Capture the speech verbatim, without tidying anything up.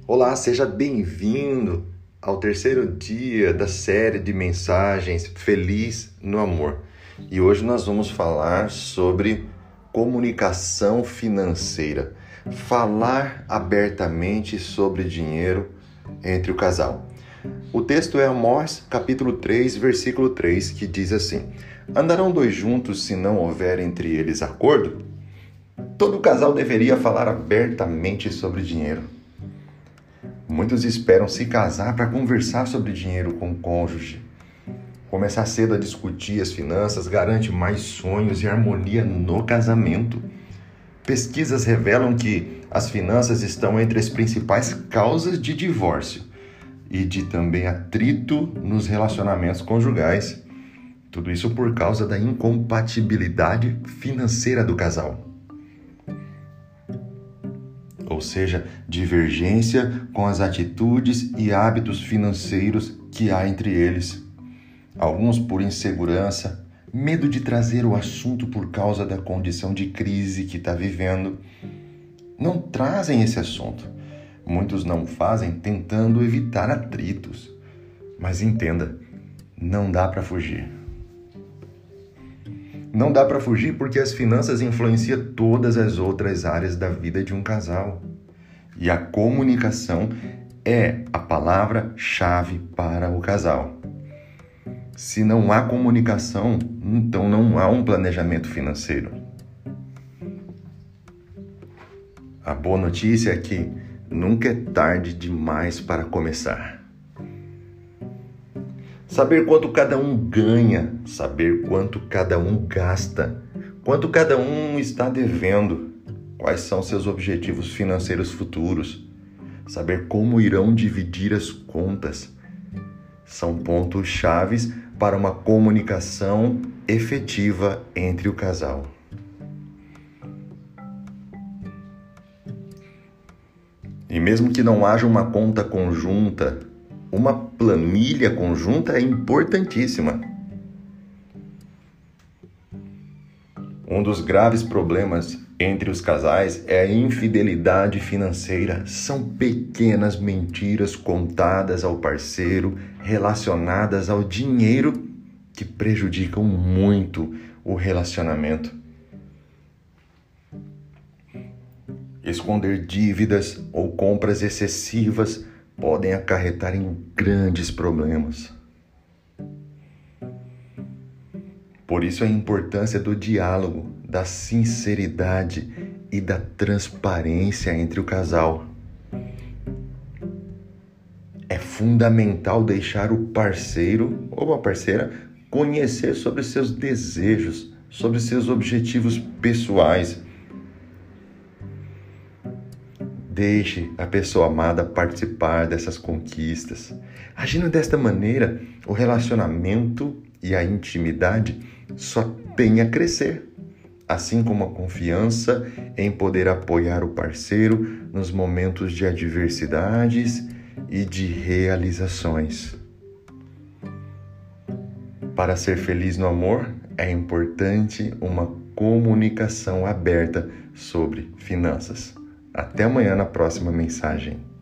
Olá, seja bem-vindo ao terceiro dia da série de mensagens Feliz no Amor. E hoje nós vamos falar sobre comunicação financeira. Falar abertamente sobre dinheiro entre o casal. O texto é Amós, capítulo três, versículo três, que diz assim: Andarão dois juntos se não houver entre eles acordo? Todo casal deveria falar abertamente sobre dinheiro. Muitos esperam se casar para conversar sobre dinheiro com o cônjuge. Começar cedo a discutir as finanças garante mais sonhos e harmonia no casamento. Pesquisas revelam que as finanças estão entre as principais causas de divórcio e de também atrito nos relacionamentos conjugais. Tudo isso por causa da incompatibilidade financeira do casal. Ou seja, divergência com as atitudes e hábitos financeiros que há entre eles. Alguns por insegurança, medo de trazer o assunto por causa da condição de crise que está vivendo, não trazem esse assunto. Muitos não fazem tentando evitar atritos. Mas entenda, não dá para fugir. Não dá para fugir porque as finanças influenciam todas as outras áreas da vida de um casal. E a comunicação é a palavra-chave para o casal. Se não há comunicação, então não há um planejamento financeiro. A boa notícia é que nunca é tarde demais para começar. Saber quanto cada um ganha, saber quanto cada um gasta, quanto cada um está devendo, quais são seus objetivos financeiros futuros, saber como irão dividir as contas, são pontos chaves para uma comunicação efetiva entre o casal. E mesmo que não haja uma conta conjunta, uma planilha conjunta é importantíssima. Um dos graves problemas entre os casais é a infidelidade financeira. São pequenas mentiras contadas ao parceiro relacionadas ao dinheiro que prejudicam muito o relacionamento. Esconder dívidas ou compras excessivas podem acarretar em grandes problemas. Por isso a importância do diálogo, da sinceridade e da transparência entre o casal. É fundamental deixar o parceiro ou a parceira conhecer sobre seus desejos, sobre seus objetivos pessoais. Deixe a pessoa amada participar dessas conquistas. Agindo desta maneira, o relacionamento e a intimidade só têm a crescer, assim como a confiança em poder apoiar o parceiro nos momentos de adversidades e de realizações. Para ser feliz no amor, é importante uma comunicação aberta sobre finanças. Até amanhã na próxima mensagem.